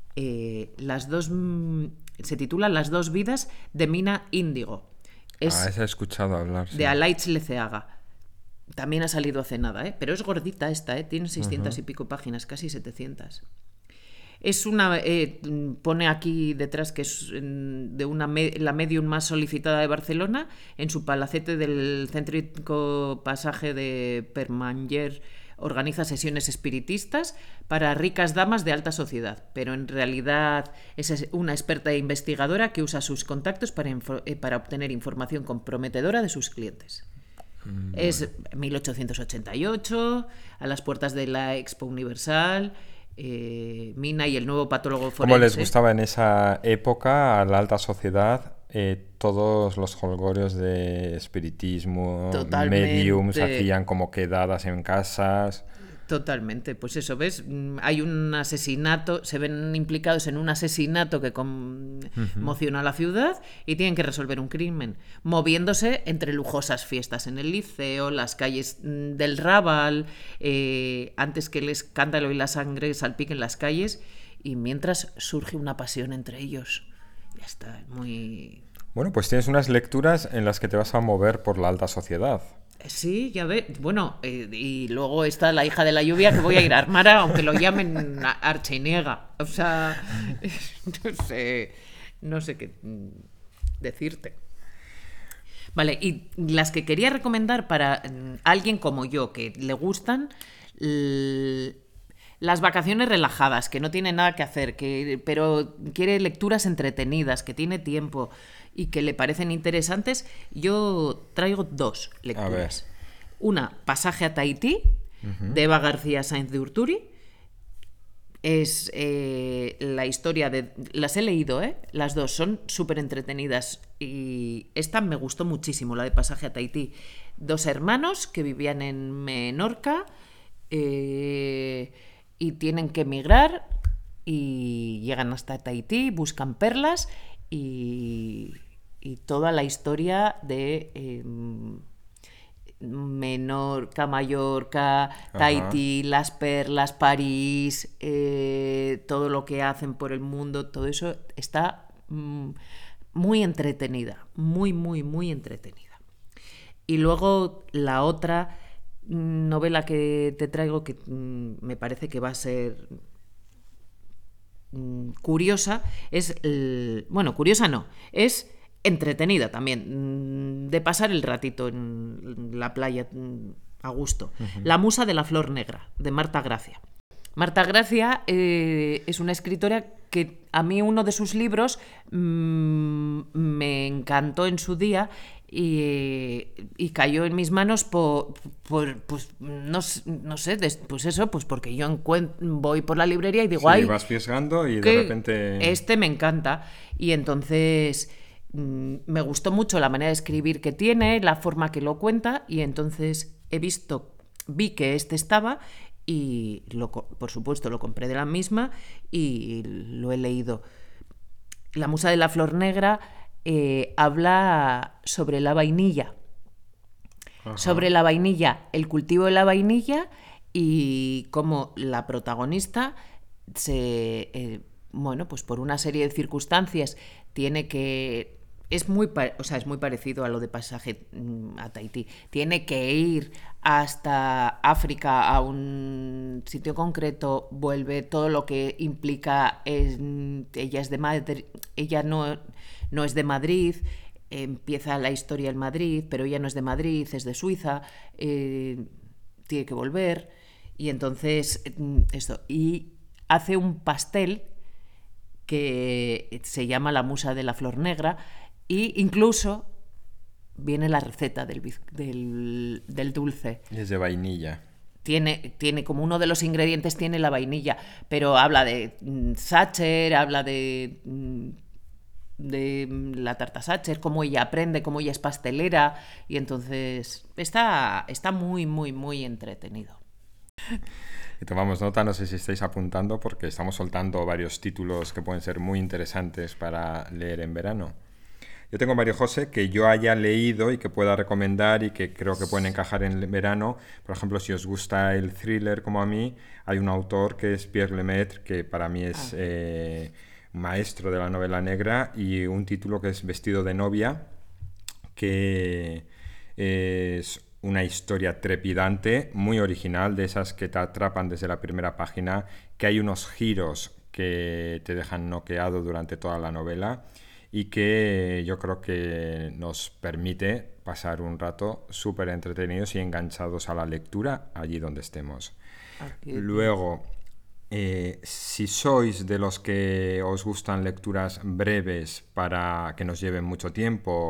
se titula Las dos vidas de Mina Índigo. Esa he escuchado hablar. Sí. De Alaitz Leceaga. También ha salido hace nada, pero es gordita esta, tiene 600 y pico páginas, casi 700. Es una... pone aquí detrás que es de la medium más solicitada de Barcelona, en su palacete del céntrico pasaje de Permanyer. Organiza sesiones espiritistas para ricas damas de alta sociedad, pero en realidad es una experta investigadora que usa sus contactos para obtener información comprometedora de sus clientes. Es 1888, a las puertas de la Expo Universal, Mina y el nuevo patólogo forense. ¿Cómo les gustaba en esa época a la alta sociedad todos los jolgorios de espiritismo, mediums, Totalmente. hacían como quedadas en casas? Totalmente, pues eso, ¿ves? Hay un asesinato, se ven implicados en un asesinato que conmociona a la ciudad y tienen que resolver un crimen, moviéndose entre lujosas fiestas en el Liceo, las calles del Raval, antes que el escándalo y la sangre salpiquen las calles, y mientras surge una pasión entre ellos. Ya está, muy... Bueno, pues tienes unas lecturas en las que te vas a mover por la alta sociedad. Sí, ya ve. Bueno, y luego está La hija de la lluvia, que voy a ir a armar, aunque lo llamen archiniega. O sea, no sé qué decirte. Vale, y las que quería recomendar para alguien como yo, que le gustan las vacaciones relajadas, que no tiene nada que hacer, pero quiere lecturas entretenidas, que tiene tiempo y que le parecen interesantes, yo traigo dos lecturas. Una, Pasaje a Tahití, de Eva García Sáenz de Urturi. Es la historia de... Las he leído, las dos son súper entretenidas, y esta me gustó muchísimo, la de Pasaje a Tahití. Dos hermanos que vivían en Menorca y tienen que emigrar y llegan hasta Tahití, buscan perlas y toda la historia de Menorca, Mallorca, Tahití, las perlas, París, todo lo que hacen por el mundo, todo eso está muy entretenida, muy, muy, muy entretenida. Y luego la otra novela que te traigo, que me parece que va a ser curiosa, es... Bueno, curiosa no, es entretenida también, de pasar el ratito en la playa a gusto. La musa de la flor negra, de Marta Gracia. Marta Gracia es una escritora que a mí uno de sus libros me encantó en su día y cayó en mis manos pues no sé, pues eso, pues porque yo voy por la librería y digo, sí, vas fiesgando y de repente... Este me encanta. Y entonces me gustó mucho la manera de escribir que tiene, la forma que lo cuenta, y entonces vi que este estaba y por supuesto lo compré de la misma y lo he leído. La musa de la flor negra habla sobre la vainilla. Ajá. Sobre la vainilla, el cultivo de la vainilla, y cómo la protagonista bueno, pues por una serie de circunstancias tiene que... Es muy parecido a lo de Pasaje a Tahití. Tiene que ir hasta África, a un sitio concreto, vuelve, todo lo que implica. Ella es de Madrid, ella no es de Madrid, empieza la historia en Madrid, pero ella no es de Madrid, es de Suiza, tiene que volver, y entonces esto. Y hace un pastel que se llama La musa de la flor negra, y incluso viene la receta del dulce. Y es de vainilla. Tiene como uno de los ingredientes, tiene la vainilla, pero habla de Sacher, habla de la tarta Sacher, cómo ella aprende, cómo ella es pastelera, y entonces está muy, muy, muy entretenido. Y tomamos nota, no sé si estáis apuntando, porque estamos soltando varios títulos que pueden ser muy interesantes para leer en verano. Yo tengo Mario José que yo haya leído y que pueda recomendar y que creo que pueden encajar en verano. Por ejemplo, si os gusta el thriller como a mí, hay un autor que es Pierre Lemaitre, que para mí es maestro de la novela negra, y un título que es Vestido de novia, que es una historia trepidante, muy original, de esas que te atrapan desde la primera página, que hay unos giros que te dejan noqueado durante toda la novela, y que yo creo que nos permite pasar un rato súper entretenidos y enganchados a la lectura allí donde estemos. Luego, si sois de los que os gustan lecturas breves para que nos lleven mucho tiempo,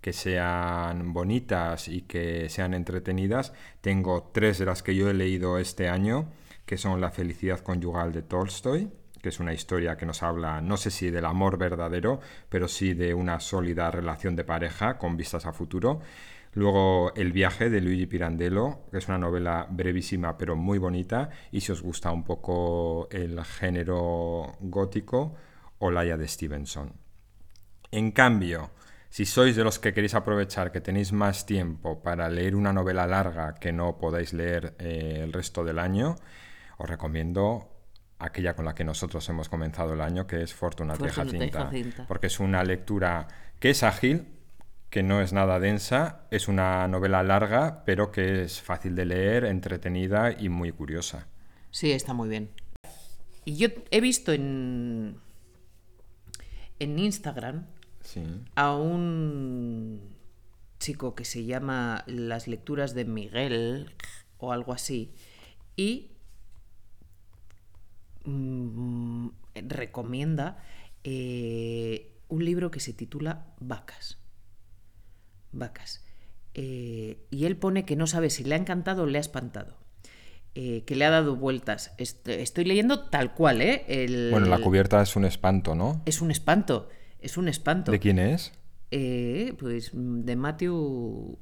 que sean bonitas y que sean entretenidas, tengo 3 de las que yo he leído este año, que son La felicidad conyugal de Tolstoy, que es una historia que nos habla, no sé si del amor verdadero, pero sí de una sólida relación de pareja con vistas a futuro. Luego El viaje de Luigi Pirandello, que es una novela brevísima pero muy bonita, y si os gusta un poco el género gótico, Olaya de Stevenson. En cambio, si sois de los que queréis aprovechar que tenéis más tiempo para leer una novela larga que no podáis leer el resto del año, os recomiendo aquella con la que nosotros hemos comenzado el año, que es Fortunata y Jacinta, porque es una lectura que es ágil, que no es nada densa, es una novela larga, pero que es fácil de leer, entretenida y muy curiosa. Sí, está muy bien. Y yo he visto en Instagram Sí. a un chico que se llama Las lecturas de Miguel o algo así, y recomienda un libro que se titula Vacas. Y él pone que no sabe si le ha encantado o le ha espantado, que le ha dado vueltas. Estoy leyendo tal cual, Bueno, la cubierta es un espanto, ¿no? Es un espanto. ¿De quién es? Pues de Matthew.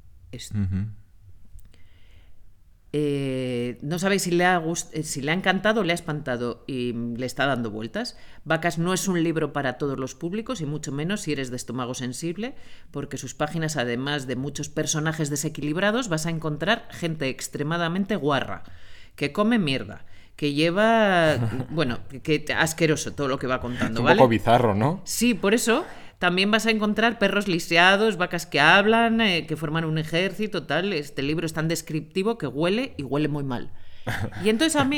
No sabéis si le ha encantado o le ha espantado y le está dando vueltas. Vacas no es un libro para todos los públicos y mucho menos si eres de estómago sensible, porque sus páginas, además de muchos personajes desequilibrados, vas a encontrar gente extremadamente guarra, que come mierda, que lleva... bueno, que asqueroso todo lo que va contando, un ¿vale? poco bizarro, ¿no? Sí, por eso... También vas a encontrar perros lisiados, vacas que hablan, que forman un ejército, tal. Este libro es tan descriptivo que huele y huele muy mal. Y entonces a mí,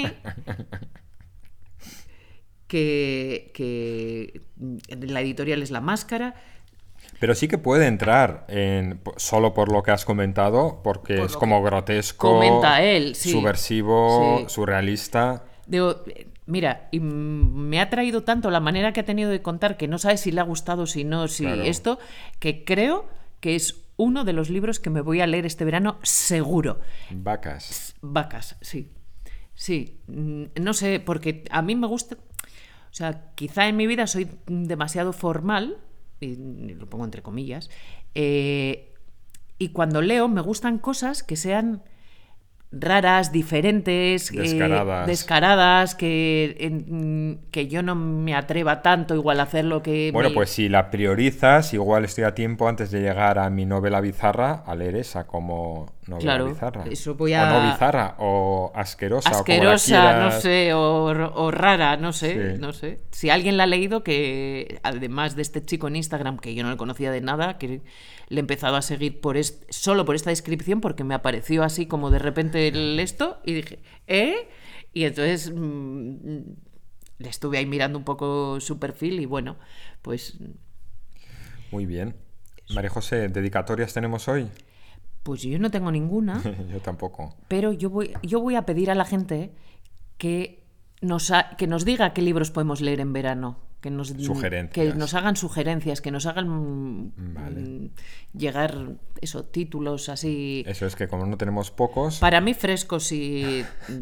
que la editorial es La Máscara... Pero sí que puede entrar solo por lo que has comentado, porque es como grotesco, comenta él, sí. Subversivo, Sí. Surrealista... Digo, mira, y me ha traído tanto la manera que ha tenido de contar, que no sabes si le ha gustado, si no, si Claro. esto, que creo que es uno de los libros que me voy a leer este verano seguro. Vacas. Vacas, sí. Sí, no sé, porque a mí me gusta... O sea, quizá en mi vida soy demasiado formal, y lo pongo entre comillas, y cuando leo me gustan cosas que sean... raras, diferentes, descaradas, que yo no me atreva tanto igual a hacer lo que... Bueno, pues si la priorizas, igual estoy a tiempo antes de llegar a mi novela bizarra a leer esa como novela bizarra. Eso voy O no bizarra, o asquerosa, o como la no quieras. sé, o rara, no sé, Sí. no sé. Si alguien la ha leído, que además de este chico en Instagram, que yo no le conocía de nada, que le he empezado a seguir solo por esta descripción, porque me apareció así como de repente esto, y dije, ¿eh? Y entonces le estuve ahí mirando un poco su perfil y bueno, pues... Muy bien. María José, ¿dedicatorias tenemos hoy? Pues yo no tengo ninguna. Yo tampoco. Pero yo voy a pedir a la gente que nos diga qué libros podemos leer en verano. Sugerencias. Que nos hagan sugerencias, que nos hagan Vale. llegar títulos así. Eso es que como no tenemos pocos... Para mí frescos y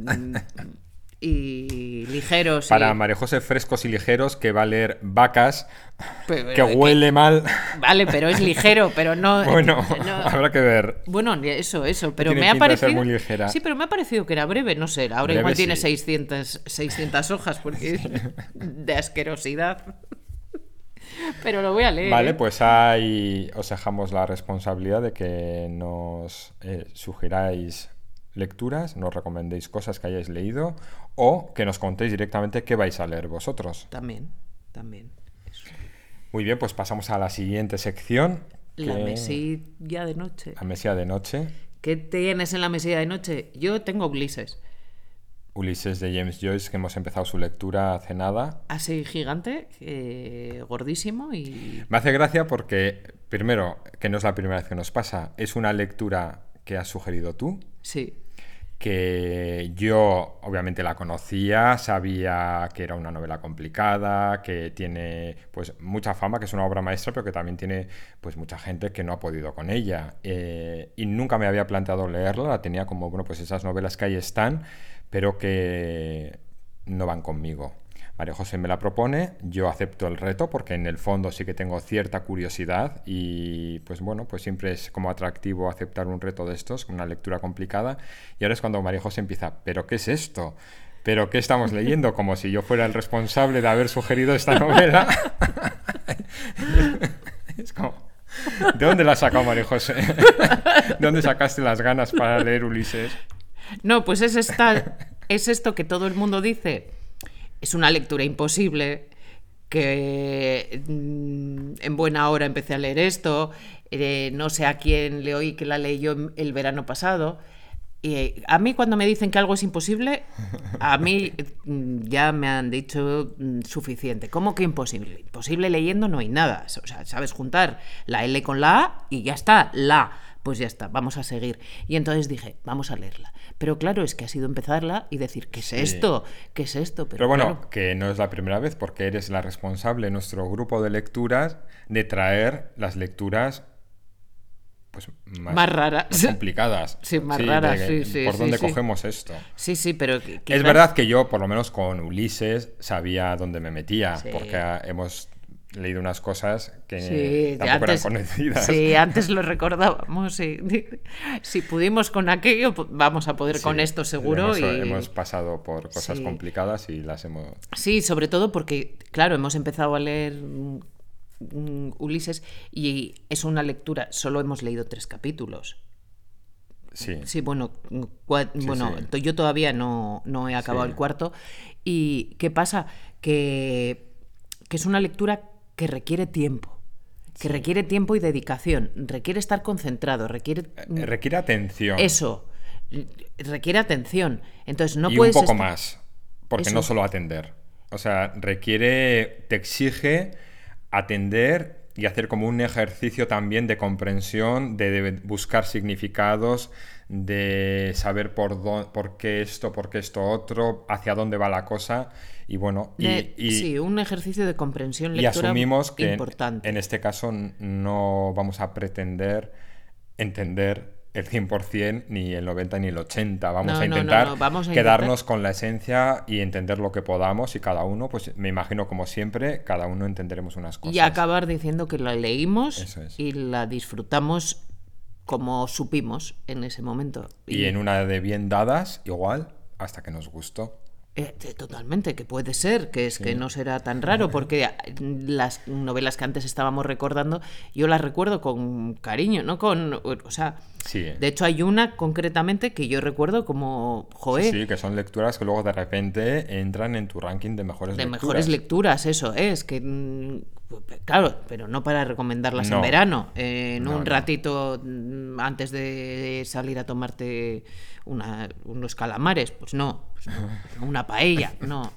ligeros. Para María José, frescos y ligeros, que va a leer Vacas, Pero, que huele mal. Vale, pero es ligero, pero no... Bueno, no. habrá que ver. Bueno, eso, pero Tiene me ha pinta de ser parecido... muy ligera. Sí, pero me ha parecido que era breve, no sé, ahora Breve, igual tiene sí. 600 hojas, porque es de asquerosidad. Pero lo voy a leer. Vale, ¿eh? pues ahí os dejamos la responsabilidad de que nos sugiráis lecturas, nos recomendéis cosas que hayáis leído o que nos contéis directamente qué vais a leer vosotros. También. Eso. Muy bien, pues pasamos a la siguiente sección. La mesilla de noche. La mesilla de noche. ¿Qué tienes en la mesilla de noche? Yo tengo Ulises. Ulises de James Joyce, que hemos empezado su lectura hace nada. Así gigante, gordísimo y... Me hace gracia porque, primero, que no es la primera vez que nos pasa, es una lectura que has sugerido tú. Sí. que yo obviamente la conocía, sabía que era una novela complicada, que tiene pues mucha fama, que es una obra maestra, pero que también tiene pues mucha gente que no ha podido con ella. Y nunca me había planteado leerla, la tenía como, bueno, pues esas novelas que ahí están, pero que no van conmigo. María José me la propone, yo acepto el reto porque en el fondo sí que tengo cierta curiosidad y pues bueno, pues siempre es como atractivo aceptar un reto de estos, una lectura complicada. Y ahora es cuando María José empieza, ¿pero qué es esto? ¿Pero qué estamos leyendo? Como si yo fuera el responsable de haber sugerido esta novela. Es como, ¿de dónde la has sacado, María José? ¿De dónde sacaste las ganas para leer Ulises? No, pues es esto que todo el mundo dice. Es una lectura imposible, que en buena hora empecé a leer esto, no sé a quién le oí que la leyó el verano pasado. Y a mí cuando me dicen que algo es imposible, a mí ya me han dicho suficiente. ¿Cómo que imposible? Imposible leyendo no hay nada. O sea, sabes juntar la L con la A y ya está, pues ya está, vamos a seguir. Y entonces dije, vamos a leerla. Pero claro, es que ha sido empezarla y decir, ¿qué es esto? ¿Qué es esto? Pero bueno, claro, que no es la primera vez, porque eres la responsable en nuestro grupo de lecturas de traer las lecturas pues más raras, más complicadas. Sí, más raras, sí. ¿Por dónde sí. cogemos esto? Sí, pero... Es verdad que yo, por lo menos con Ulises, sabía dónde me metía, Sí. porque hemos leído unas cosas que Sí, tampoco antes, eran conocidas. Sí, antes lo recordábamos. Sí. Si pudimos con aquello, vamos a poder con esto seguro. Hemos pasado por cosas complicadas y las hemos... Sí, sobre todo porque, claro, hemos empezado a leer Ulises y es una lectura, solo hemos leído 3 capítulos. Sí, bueno, yo todavía no he acabado el cuarto. ¿Y qué pasa? Que es una lectura que requiere tiempo. Que requiere tiempo y dedicación. Requiere estar concentrado. Requiere atención. Eso. Requiere atención. Entonces no y puedes... un poco más. Porque Eso. no solo atender. O sea, te exige atender y hacer como un ejercicio también de comprensión, de buscar significados, de saber por qué esto otro, hacia dónde va la cosa. Y bueno, sí, un ejercicio de comprensión lectora y asumimos que importante. En este caso no vamos a pretender entender el 100%, ni el 90%, ni el 80%. Vamos a intentar quedarnos con la esencia y entender lo que podamos, y cada uno, pues me imagino como siempre, cada uno entenderemos unas cosas. Y acabar diciendo que la leímos es. Y la disfrutamos como supimos en ese momento. Y en una de bien dadas, igual, hasta que nos gustó. Totalmente, que puede ser, que es que no será tan raro, porque las novelas que antes estábamos recordando, yo las recuerdo con cariño, ¿no? O sea, de hecho hay una concretamente que yo recuerdo como, Sí, que son lecturas que luego de repente entran en tu ranking de mejores lecturas. De mejores lecturas, eso es, que... Claro, pero no para recomendarlas en verano, un ratito antes de salir a tomarte unos calamares, pues no, una paella, no.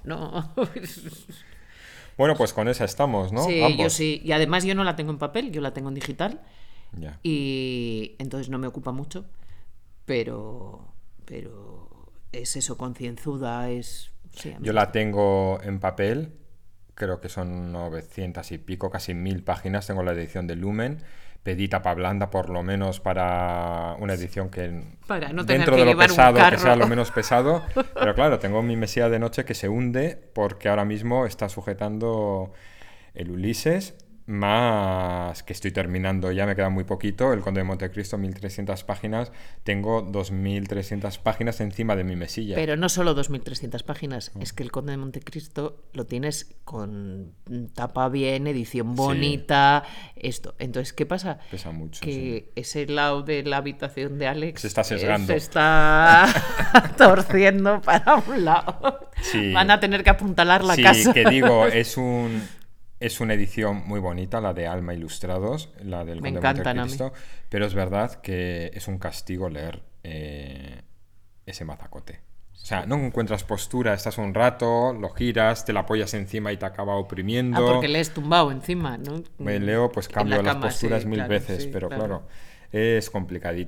Bueno, pues con esa estamos, ¿no? Sí, ambos. Yo sí, y además yo no la tengo en papel, yo la tengo en digital, ya. Y entonces no me ocupa mucho, pero es eso, concienzuda, es... Sí, yo la tengo en papel. Creo que son 900 y pico, casi 1000 páginas. Tengo la edición de Lumen. Pedí tapa blanda por lo menos para una edición que para no tener dentro que de lo llevar pesado, un carro. que sea lo menos pesado. Pero claro, tengo mi mesilla de noche que se hunde porque ahora mismo está sujetando el Ulises, más que estoy terminando, ya me queda muy poquito, el Conde de Montecristo, 1300 páginas, tengo 2300 páginas encima de mi mesilla. Pero no solo 2300 páginas, es que el Conde de Montecristo lo tienes con tapa bien, edición bonita, esto. Entonces, ¿qué pasa? Pesa mucho. Que ese lado de la habitación de Alex se está sesgando. Se está torciendo para un lado. Sí. Van a tener que apuntalar la casa. Sí, que digo, es una edición muy bonita, la de Alma Ilustrados, la del Conde de Montecristo, pero es verdad que es un castigo leer ese mazacote. O sea, no encuentras postura, estás un rato, lo giras, te la apoyas encima y te acaba oprimiendo. Porque lees tumbado encima, ¿no? Me leo, pues cambio las posturas mil veces, sí, pero claro, es complicadita.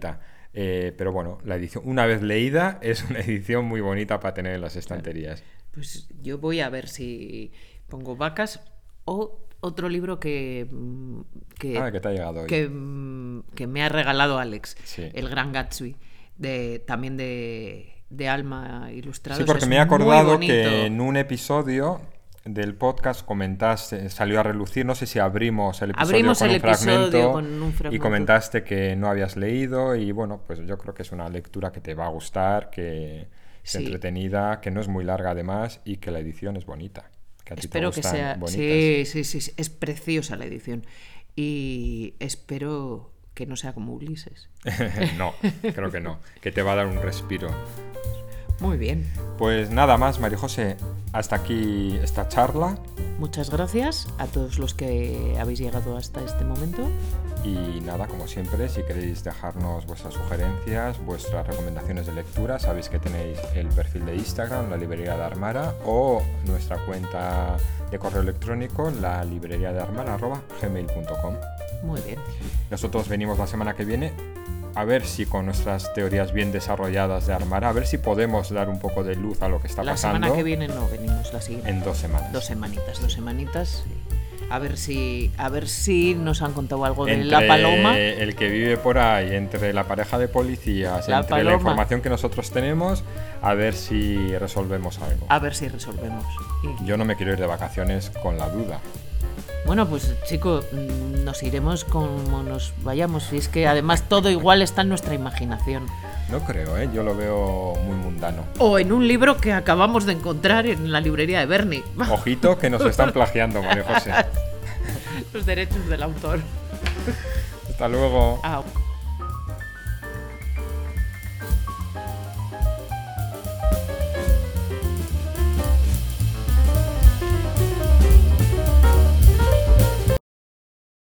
Pero bueno, la edición, una vez leída, es una edición muy bonita para tener en las estanterías. Pues yo voy a ver si pongo Vacas o otro libro que te ha llegado hoy. que me ha regalado Alex, Sí. El Gran Gatsby, también de Alma Ilustrados. Sí, porque Es me he muy acordado bonito. que en un episodio del podcast comentaste, salió a relucir, no sé si abrimos el episodio, con un fragmento y comentaste que no habías leído y bueno, pues yo creo que es una lectura que te va a gustar, que es entretenida, que no es muy larga además y que la edición es bonita. Que a ti espero te que sea... bonitas. Sí, es preciosa la edición y espero que no sea como Ulises. No, creo que no, que te va a dar un respiro. Muy bien. Pues nada más, María José, hasta aquí esta charla. Muchas gracias a todos los que habéis llegado hasta este momento. Y nada, como siempre, si queréis dejarnos vuestras sugerencias, vuestras recomendaciones de lectura, sabéis que tenéis el perfil de Instagram, la librería de Armara, o nuestra cuenta de correo electrónico, la librería de armara@gmail.com. Muy bien. Nosotros venimos la semana que viene a ver si con nuestras teorías bien desarrolladas de Armara, a ver si podemos dar un poco de luz a lo que está pasando. La semana que viene no, venimos la siguiente. En 2 semanas. 2 semanitas. A ver si nos han contado algo de la paloma. El que vive por ahí, entre la pareja de policías, la entre paloma. La información que nosotros tenemos, a ver si resolvemos algo. A ver si resolvemos. Yo no me quiero ir de vacaciones con la duda. Bueno, pues chico, nos iremos como nos vayamos. Y es que además todo igual está en nuestra imaginación. No creo, yo lo veo muy mundano. O en un libro que acabamos de encontrar en la librería de Bernie. Ojito que nos están plagiando, María José. Los derechos del autor. Hasta luego. Ah.